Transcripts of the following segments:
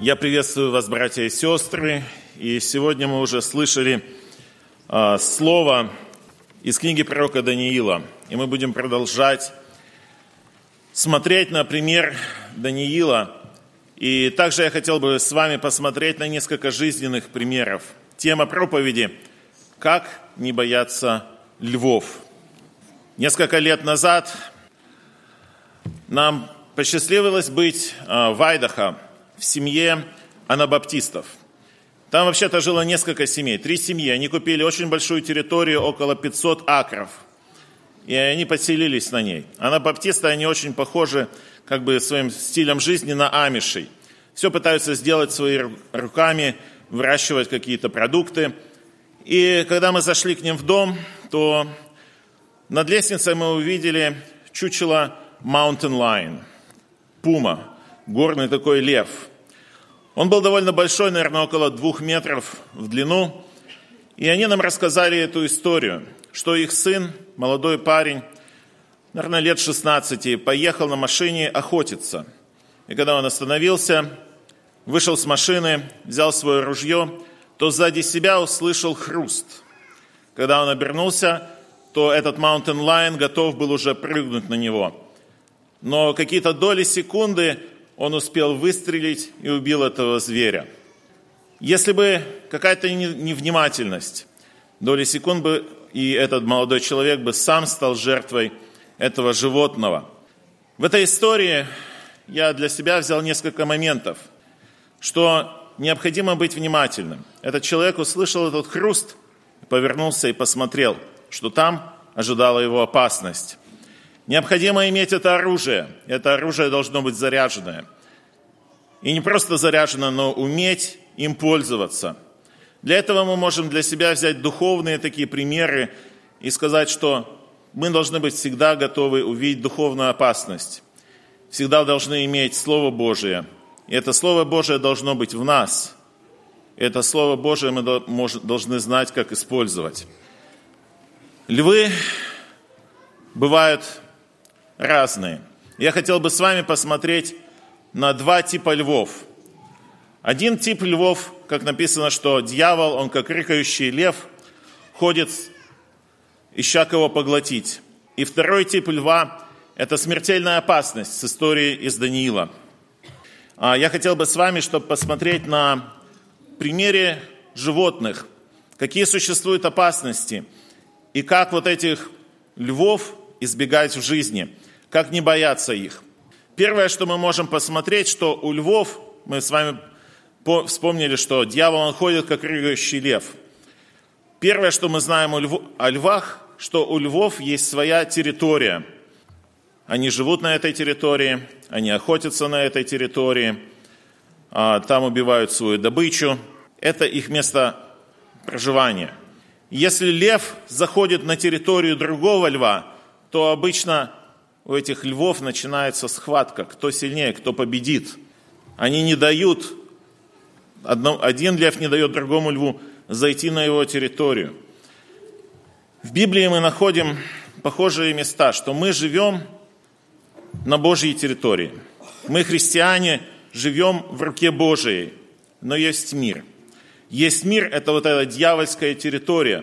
Я приветствую вас, братья и сестры, и сегодня мы уже слышали слово из книги пророка Даниила, и мы будем продолжать смотреть на пример Даниила, и также я хотел бы с вами посмотреть на несколько жизненных примеров. Тема проповеди «Как не бояться львов». Несколько лет назад нам посчастливилось быть в Айдахо, в семье анабаптистов. Там вообще-то жило несколько семей, 3 семьи. Они купили очень большую территорию, около 500 акров. И они поселились на ней. Анабаптисты, они очень похожи своим стилем жизни на амишей. Все пытаются сделать своими руками, выращивать какие-то продукты. И когда мы зашли к ним в дом, то над лестницей мы увидели чучело Mountain Lion, пума, горный такой лев. Он был довольно большой, наверное, около 2 метров в длину. И они нам рассказали эту историю, что их сын, молодой парень, наверное, лет 16, поехал на машине охотиться. И когда он остановился, вышел с машины, взял свое ружье, то сзади себя услышал хруст. Когда он обернулся, то этот Mountain Lion готов был уже прыгнуть на него. Но какие-то доли секунды он успел выстрелить и убил этого зверя. Если бы какая-то невнимательность, доли секунд бы, и этот молодой человек бы сам стал жертвой этого животного. В этой истории я для себя взял несколько моментов, что необходимо быть внимательным. Этот человек услышал этот хруст, повернулся и посмотрел, что там ожидала его опасность. Необходимо иметь это оружие. Это оружие должно быть заряженное. И не просто заряжено, но уметь им пользоваться. Для этого мы можем для себя взять духовные такие примеры и сказать, что мы должны быть всегда готовы увидеть духовную опасность. Всегда должны иметь Слово Божие. И это Слово Божие должно быть в нас. И это Слово Божие мы должны знать, как использовать. Львы бывают разные. Я хотел бы с вами посмотреть на 2 типа львов. Один тип львов, как написано, что дьявол, он как рыкающий лев, ходит, ища кого поглотить. И второй тип льва – это смертельная опасность с истории из Даниила. Я хотел бы с вами, чтобы посмотреть на примере животных, какие существуют опасности, и как вот этих львов избегать в жизни, как не бояться их. Первое, что мы можем посмотреть, что у львов, мы с вами вспомнили, что дьявол, он ходит как рыкающий лев. Первое, что мы знаем о львах, что у львов есть своя территория. Они живут на этой территории, они охотятся на этой территории, там убивают свою добычу. Это их место проживания. Если лев заходит на территорию другого льва, то обычно у этих львов начинается схватка, кто сильнее, кто победит. Они не дают, один лев не дает другому льву зайти на его территорию. В Библии мы находим похожие места, что мы живем на Божьей территории. Мы, христиане, живем в руке Божией, но есть мир. Есть мир – это вот эта дьявольская территория.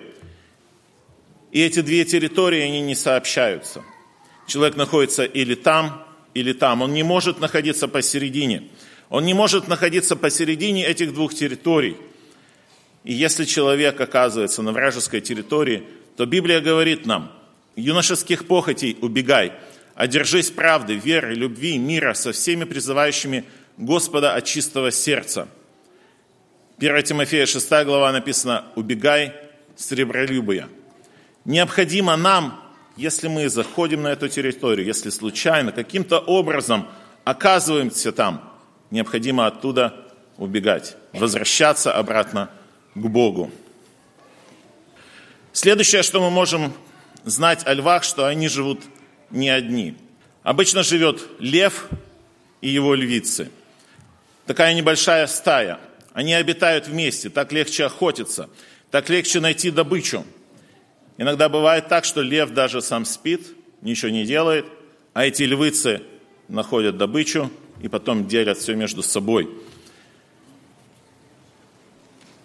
И эти 2 территории, они не сообщаются. Человек находится или там. Он не может находиться посередине. Он не может находиться посередине этих 2 территорий. И если человек оказывается на вражеской территории, то Библия говорит нам: юношеских похотей убегай, одержись правды, веры, любви, мира со всеми призывающими Господа от чистого сердца. 1 Тимофея 6 глава написано: убегай сребролюбия. Необходимо нам, если мы заходим на эту территорию, если случайно, каким-то образом оказываемся там, необходимо оттуда убегать, возвращаться обратно к Богу. Следующее, что мы можем знать о львах, что они живут не одни. Обычно живет лев и его львицы. Такая небольшая стая. Они обитают вместе, так легче охотиться, так легче найти добычу. Иногда бывает так, что лев даже сам спит, ничего не делает, а эти львицы находят добычу и потом делят все между собой.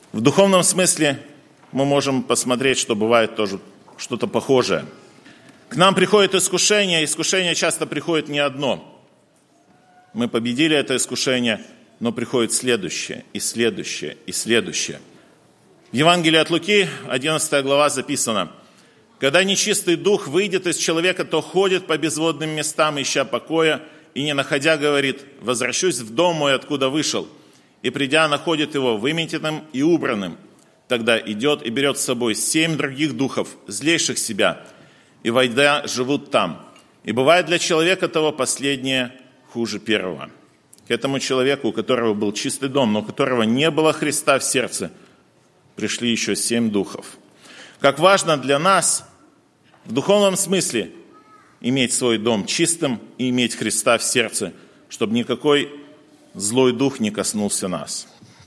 В духовном смысле мы можем посмотреть, что бывает тоже что-то похожее. К нам приходит искушение, искушение часто приходит не одно. Мы победили это искушение, но приходит следующее, и следующее, и следующее. В Евангелии от Луки, 11 глава, записано: «Когда нечистый дух выйдет из человека, то ходит по безводным местам, ища покоя, и, не находя, говорит: возвращусь в дом мой, откуда вышел. И, придя, находит его выметенным и убранным. Тогда идет и берет с собой 7 других духов, злейших себя, и, войдя, живут там. И бывает для человека того последнее хуже первого». К этому человеку, у которого был чистый дом, но у которого не было Христа в сердце, пришли еще 7 духов. Как важно для нас в духовном смысле иметь свой дом чистым и иметь Христа в сердце, чтобы никакой злой дух не коснулся нас.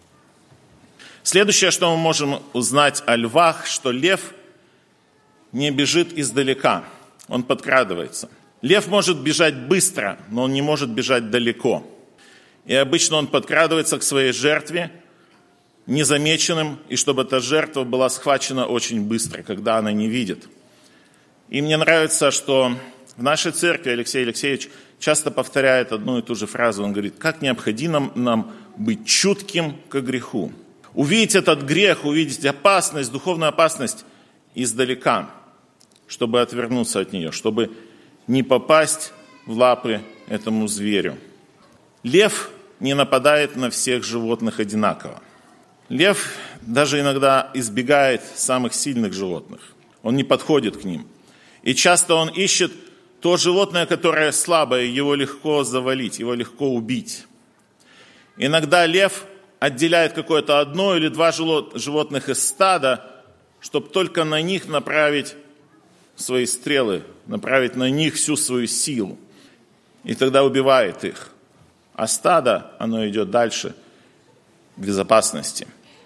Следующее, что мы можем узнать о львах, что лев не бежит издалека, он подкрадывается. Лев может бежать быстро, но он не может бежать далеко. И обычно он подкрадывается к своей жертве незамеченным, и чтобы эта жертва была схвачена очень быстро, когда она не видит. И мне нравится, что в нашей церкви Алексей Алексеевич часто повторяет одну и ту же фразу. Он говорит: как необходимо нам быть чутким к греху. Увидеть этот грех, увидеть опасность, духовную опасность издалека, чтобы отвернуться от нее, чтобы не попасть в лапы этому зверю. Лев не нападает на всех животных одинаково. Лев даже иногда избегает самых сильных животных. Он не подходит к ним. И часто он ищет то животное, которое слабое, его легко завалить, его легко убить. Иногда лев отделяет какое-то одно или два животных из стада, чтобы только на них направить свои стрелы, направить на них всю свою силу. И тогда убивает их. А стадо, оно идет дальше в безопасности.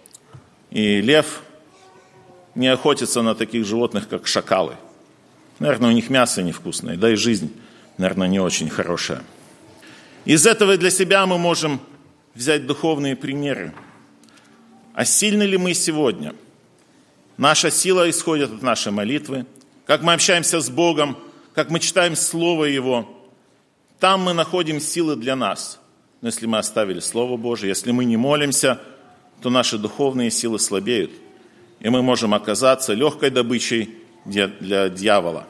И лев не охотится на таких животных, как шакалы. Наверное, у них мясо невкусное, да и жизнь, наверное, не очень хорошая. Из этого для себя мы можем взять духовные примеры. А сильны ли мы сегодня? Наша сила исходит от нашей молитвы. Как мы общаемся с Богом, как мы читаем Слово Его, там мы находим силы для нас. Но если мы оставили Слово Божие, если мы не молимся, то наши духовные силы слабеют. И мы можем оказаться легкой добычей для дьявола.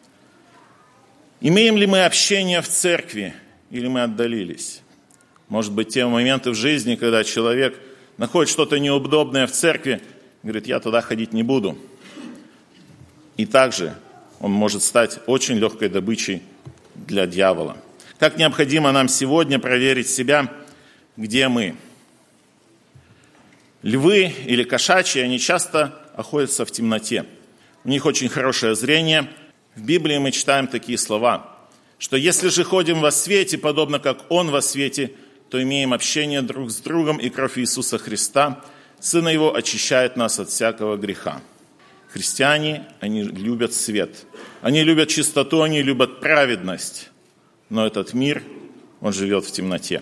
Имеем ли мы общение в церкви или мы отдалились? Может быть, те моменты в жизни, когда человек находит что-то неудобное в церкви, говорит: я туда ходить не буду. И также он может стать очень легкой добычей для дьявола. Как необходимо нам сегодня проверить себя, где мы. Львы или кошачьи, они часто охотятся в темноте. У них очень хорошее зрение. В Библии мы читаем такие слова, что если же ходим во свете, подобно как Он во свете, то имеем общение друг с другом, и кровь Иисуса Христа, Сына Его, очищает нас от всякого греха. Христиане, они любят свет. Они любят чистоту, они любят праведность. Но этот мир, он живет в темноте.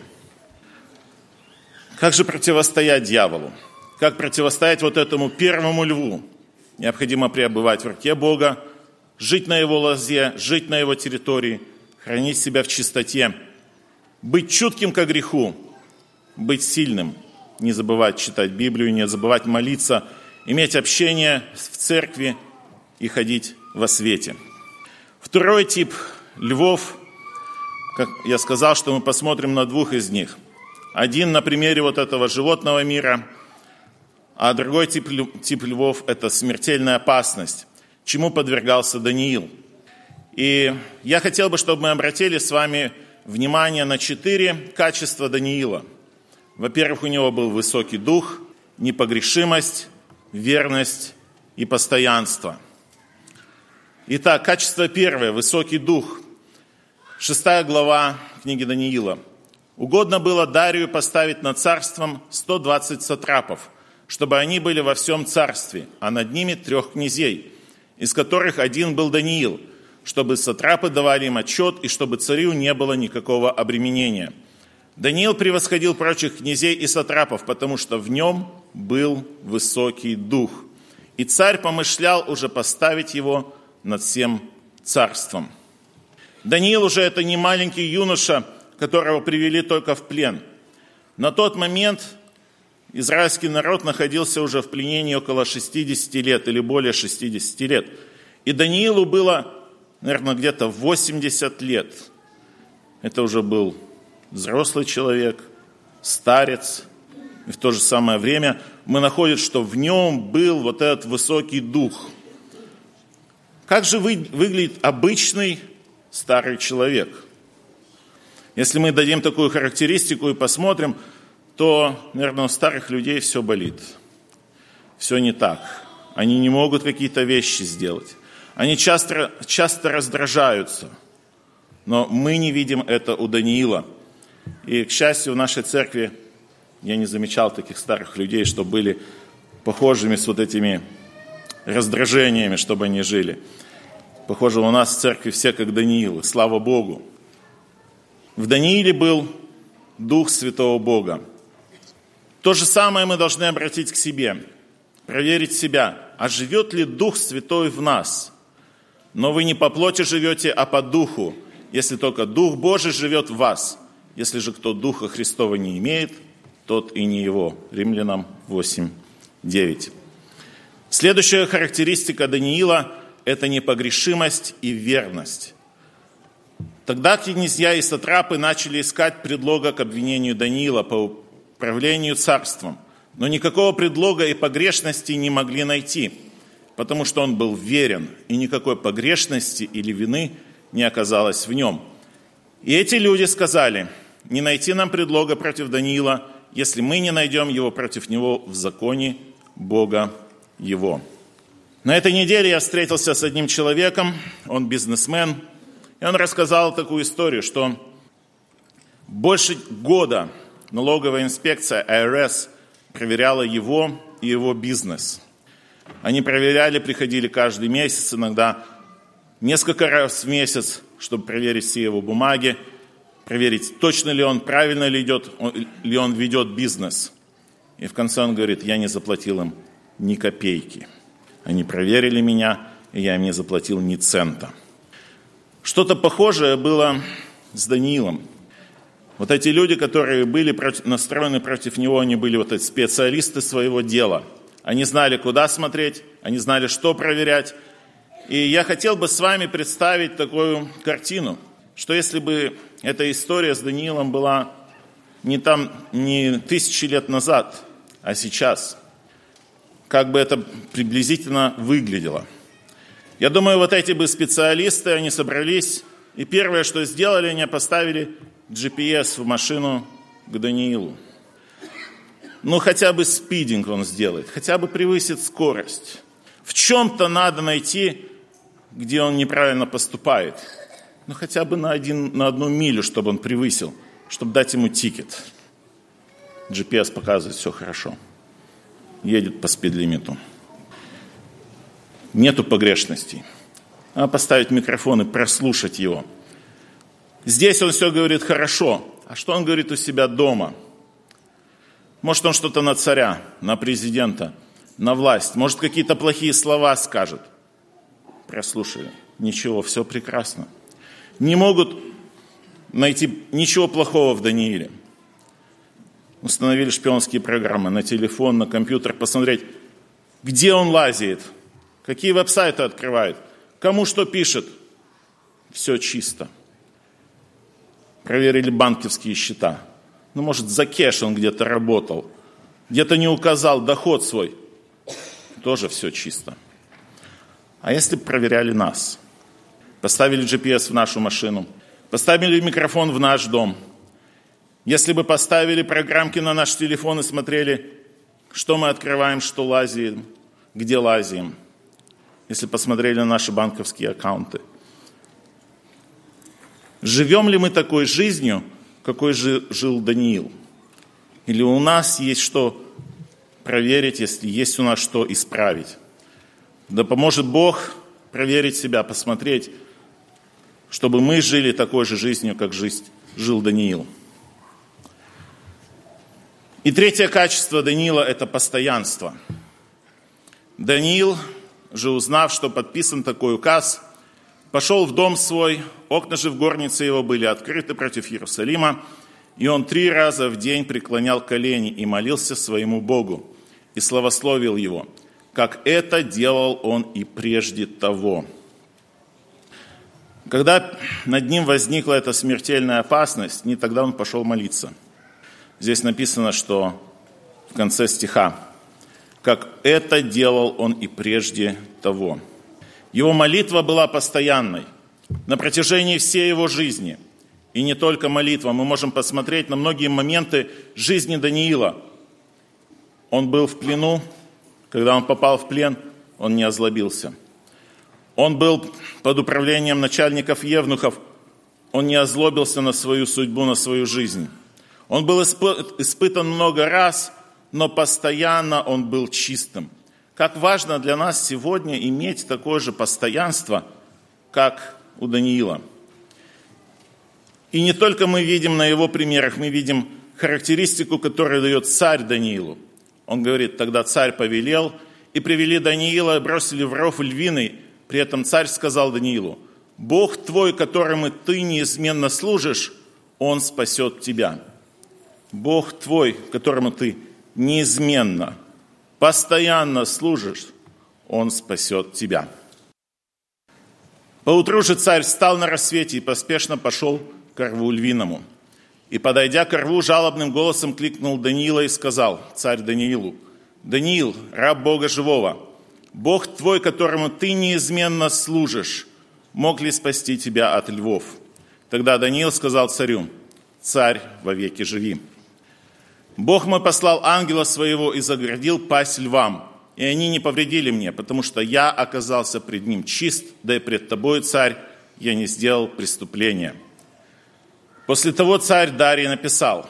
Как же противостоять дьяволу? Как противостоять вот этому первому льву? Необходимо пребывать в руке Бога, жить на Его лозе, жить на Его территории, хранить себя в чистоте, быть чутким ко греху, быть сильным, не забывать читать Библию, не забывать молиться, иметь общение в церкви и ходить во свете. Второй тип львов, как я сказал, что мы посмотрим на двух из них. Один на примере вот этого животного мира, а другой тип львов – это смертельная опасность, чему подвергался Даниил. И я хотел бы, чтобы мы обратили с вами внимание на 4 качества Даниила. Во-первых, у него был высокий дух, непогрешимость, верность и постоянство. Итак, качество первое – высокий дух. 6 глава книги Даниила. «Угодно было Дарию поставить над царством 120 сатрапов, чтобы они были во всем царстве, а над ними 3 князей, из которых один был Даниил, чтобы сатрапы давали им отчет, и чтобы царю не было никакого обременения. Даниил превосходил прочих князей и сатрапов, потому что в нем был высокий дух, и царь помышлял уже поставить его над всем царством. Даниил уже это не маленький юноша, которого привели только в плен. На тот момент израильский народ находился уже в пленении около 60 лет или более 60 лет. И Даниилу было, наверное, где-то 80 лет. Это уже был взрослый человек, старец. И в то же самое время мы находим, что в нем был вот этот высокий дух. Как же выглядит обычный старый человек? Если мы дадим такую характеристику и посмотрим, то, наверное, у старых людей все болит. Все не так. Они не могут какие-то вещи сделать. Они часто раздражаются. Но мы не видим это у Даниила. И, к счастью, в нашей церкви я не замечал таких старых людей, что были похожими с вот этими раздражениями, чтобы они жили. Похоже, у нас в церкви все как Даниил, слава Богу. В Данииле был Дух Святого Бога. То же самое мы должны обратить к себе, проверить себя, а живет ли Дух Святой в нас? Но вы не по плоти живете, а по Духу, если только Дух Божий живет в вас. Если же кто Духа Христова не имеет, тот и не его. Римлянам 8:9. Следующая характеристика Даниила – это непогрешимость и верность. Тогда князья и сатрапы начали искать предлога к обвинению Даниила по управлению царством, но никакого предлога и погрешности не могли найти, потому что он был верен, и никакой погрешности или вины не оказалось в нем. И эти люди сказали: не найти нам предлога против Даниила, если мы не найдем его против него в законе Бога его. На этой неделе я встретился с одним человеком, он бизнесмен, и он рассказал такую историю, что больше года налоговая инспекция IRS проверяла его и его бизнес. Они проверяли, приходили каждый месяц, иногда несколько раз в месяц, чтобы проверить все его бумаги, проверить, точно ли он, правильно ли он ведет бизнес. И в конце он говорит: я не заплатил им ни копейки. Они проверили меня, и я им не заплатил ни цента. Что-то похожее было с Даниилом. Вот эти люди, которые были настроены против него, они были вот эти специалисты своего дела. Они знали, куда смотреть, они знали, что проверять. И я хотел бы с вами представить такую картину, что если бы эта история с Даниилом была не 1000 лет назад, а сейчас, как бы это приблизительно выглядело. Я думаю, вот эти бы специалисты, они собрались, и первое, что сделали, они поставили GPS в машину к Даниилу. Ну, хотя бы спидинг он сделает, хотя бы превысит скорость. В чем-то надо найти, где он неправильно поступает. Ну, хотя бы на 1 милю, чтобы он превысил, чтобы дать ему тикет. GPS показывает, все хорошо. Едет по спидлимиту. Нету погрешностей. Надо поставить микрофон и прослушать его. Здесь он все говорит хорошо. А что он говорит у себя дома? Может, он что-то на царя, на президента, на власть. Может, какие-то плохие слова скажет. Прослушали. Ничего, все прекрасно. Не могут найти ничего плохого в Данииле. Установили шпионские программы на телефон, на компьютер, посмотреть, где он лазит, какие веб-сайты открывает, кому что пишет. Все чисто. Проверили банковские счета. Ну, может, за кэш он где-то работал, где-то не указал доход свой. Тоже все чисто. А если бы проверяли нас? Поставили GPS в нашу машину, поставили микрофон в наш дом. Если бы поставили программки на наш телефон и смотрели, что мы открываем, что лазим, где лазим. Если посмотрели на наши банковские аккаунты. Живем ли мы такой жизнью, какой жил Даниил? Или у нас есть что проверить, если есть у нас что исправить? Да поможет Бог проверить себя, посмотреть, чтобы мы жили такой же жизнью, как жил Даниил. И третье качество Даниила – это постоянство. Даниил же, узнав, что подписан такой указ, пошел в дом свой, окна же в горнице его были открыты против Иерусалима, и он 3 раза в день преклонял колени и молился своему Богу, и славословил его, как это делал он и прежде того. Когда над ним возникла эта смертельная опасность, не тогда он пошел молиться. Здесь написано, что в конце стиха, как это делал он и прежде того. Его молитва была постоянной на протяжении всей его жизни. И не только молитва. Мы можем посмотреть на многие моменты жизни Даниила. Он был в плену. Когда он попал в плен, он не озлобился. Он был под управлением начальников евнухов. Он не озлобился на свою судьбу, на свою жизнь. Он был испытан много раз, но постоянно он был чистым. Как важно для нас сегодня иметь такое же постоянство, как у Даниила. И не только мы видим на его примерах, мы видим характеристику, которую дает царь Даниилу. Он говорит, тогда царь повелел, и привели Даниила, и бросили в ров львиный. При этом царь сказал Даниилу, «Бог твой, которому ты неизменно служишь, он спасет тебя». Бог твой, которому ты неизменно, постоянно служишь, он спасет тебя. Поутру же царь встал на рассвете и поспешно пошел к рву львиному. И, подойдя к рву, жалобным голосом кликнул Даниила и сказал, царь Даниилу, «Даниил, раб Бога живого, Бог твой, которому ты неизменно служишь, мог ли спасти тебя от львов?» Тогда Даниил сказал царю, «Царь, вовеки живи. Бог мой послал ангела своего и загородил пасть львам, и они не повредили мне, потому что я оказался пред ним чист, да и пред тобой, царь, я не сделал преступления». После того царь Дарий написал,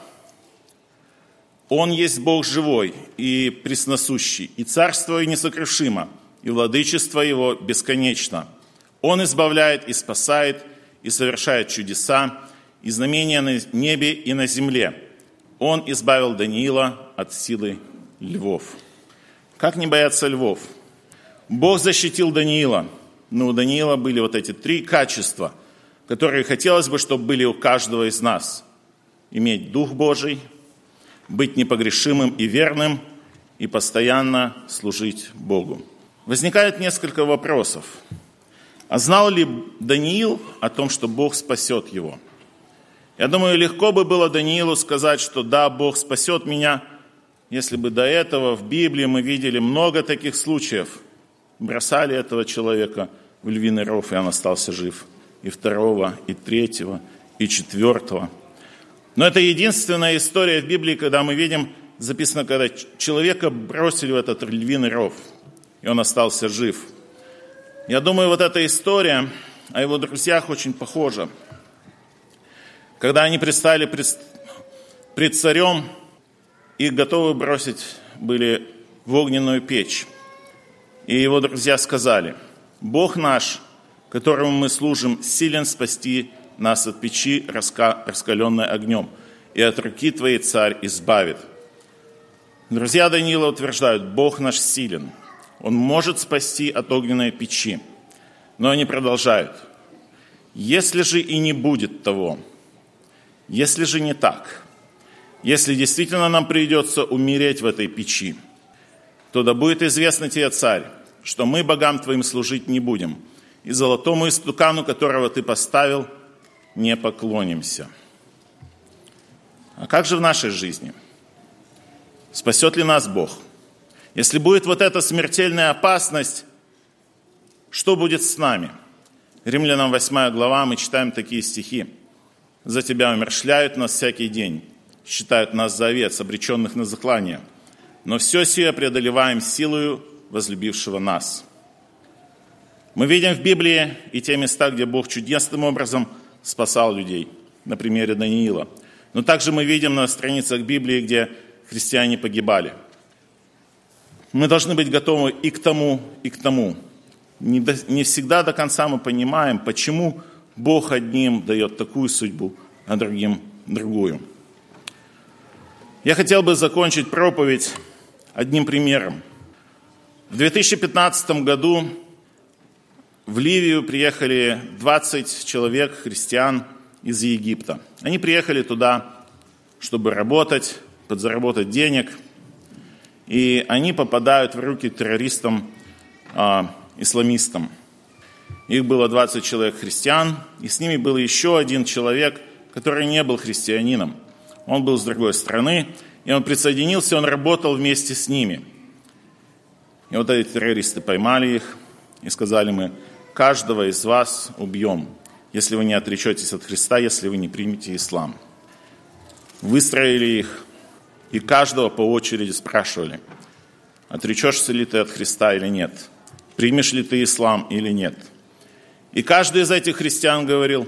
«Он есть Бог живой и пресносущий, и царство его несокрушимо, и владычество его бесконечно. Он избавляет и спасает, и совершает чудеса, и знамения на небе и на земле. Он избавил Даниила от силы львов». Как не бояться львов? Бог защитил Даниила, но у Даниила были вот эти 3 качества, которые хотелось бы, чтобы были у каждого из нас. Иметь Дух Божий, быть непогрешимым и верным, и постоянно служить Богу. Возникает несколько вопросов. А знал ли Даниил о том, что Бог спасет его? Я думаю, легко бы было Даниилу сказать, что да, Бог спасет меня, если бы до этого в Библии мы видели много таких случаев. Бросали этого человека в львиный ров, и он остался жив. И 2, и 3, и 4. Но это единственная история в Библии, когда мы видим, записано, когда человека бросили в этот львиный ров, и он остался жив. Я думаю, вот эта история о его друзьях очень похожа. Когда они предстали пред царем, их готовы бросить были в огненную печь. И его друзья сказали, «Бог наш, которому мы служим, силен спасти нас от печи, раскаленной огнем, и от руки твоей царь избавит». Друзья Даниила утверждают, Бог наш силен, Он может спасти от огненной печи. Но они продолжают, если же и не будет того, если же не так, если действительно нам придется умереть в этой печи, то да будет известно тебе, царь, что мы богам твоим служить не будем, и золотому истукану, которого ты поставил, не поклонимся. А как же в нашей жизни? Спасет ли нас Бог? Если будет вот эта смертельная опасность, что будет с нами? Римлянам 8 глава, мы читаем такие стихи. «За тебя умерщвляют нас всякий день, считают нас за овец, обреченных на заклание. Но все сие преодолеваем силою возлюбившего нас». Мы видим в Библии и те места, где Бог чудесным образом спасал людей, на примере Даниила. Но также мы видим на страницах Библии, где христиане погибали. Мы должны быть готовы и к тому, и к тому. Не всегда до конца мы понимаем, почему Бог одним дает такую судьбу, а другим другую. Я хотел бы закончить проповедь одним примером. В 2015 году в Ливию приехали 20 человек, христиан, из Египта. Они приехали туда, чтобы работать, подзаработать денег, и они попадают в руки террористам, исламистам. Их было 20 человек христиан, и с ними был еще один человек, который не был христианином. Он был с другой страны, и он присоединился, он работал вместе с ними. И вот эти террористы поймали их и сказали: мы каждого из вас убьем, если вы не отречетесь от Христа, если вы не примете ислам. Выстроили их, и каждого по очереди спрашивали: отречешься ли ты от Христа или нет? Примешь ли ты ислам или нет? И каждый из этих христиан говорил: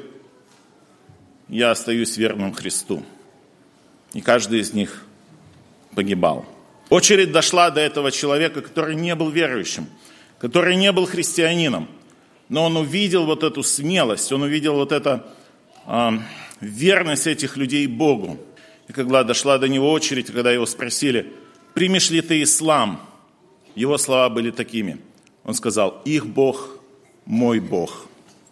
я остаюсь верным Христу. И каждый из них погибал. Очередь дошла до этого человека, который не был верующим, который не был христианином. Но он увидел вот эту смелость, он увидел вот эту верность этих людей Богу. И когда дошла до него очередь, когда его спросили: примешь ли ты ислам? Его слова были такими. Он сказал: их Бог, мой Бог.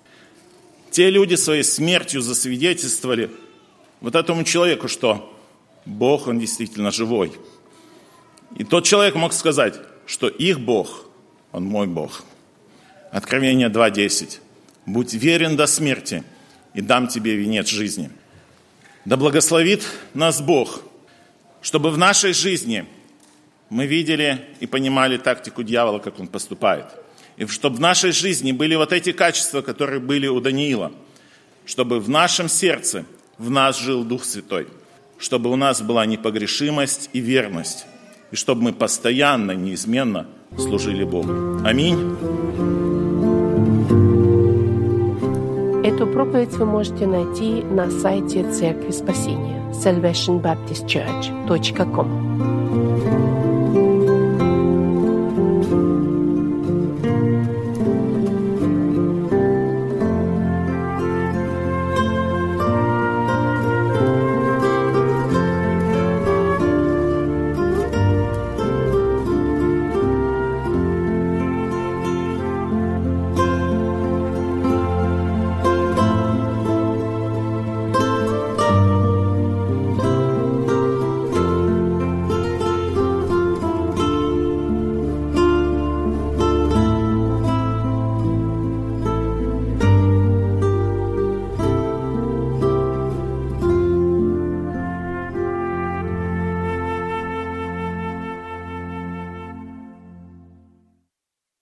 Те люди своей смертью засвидетельствовали вот этому человеку, что Бог, Он действительно живой. И тот человек мог сказать, что их Бог, Он мой Бог. Откровение 2:10. Будь верен до смерти, и дам тебе венец жизни. Да благословит нас Бог, чтобы в нашей жизни мы видели и понимали тактику дьявола, как он поступает. И чтобы в нашей жизни были вот эти качества, которые были у Даниила. Чтобы в нашем сердце, в нас жил Дух Святой. Чтобы у нас была непогрешимость и верность. И чтобы мы постоянно, неизменно служили Богу. Аминь. Эту проповедь вы можете найти на сайте Церкви Спасения salvationbaptistchurch.com.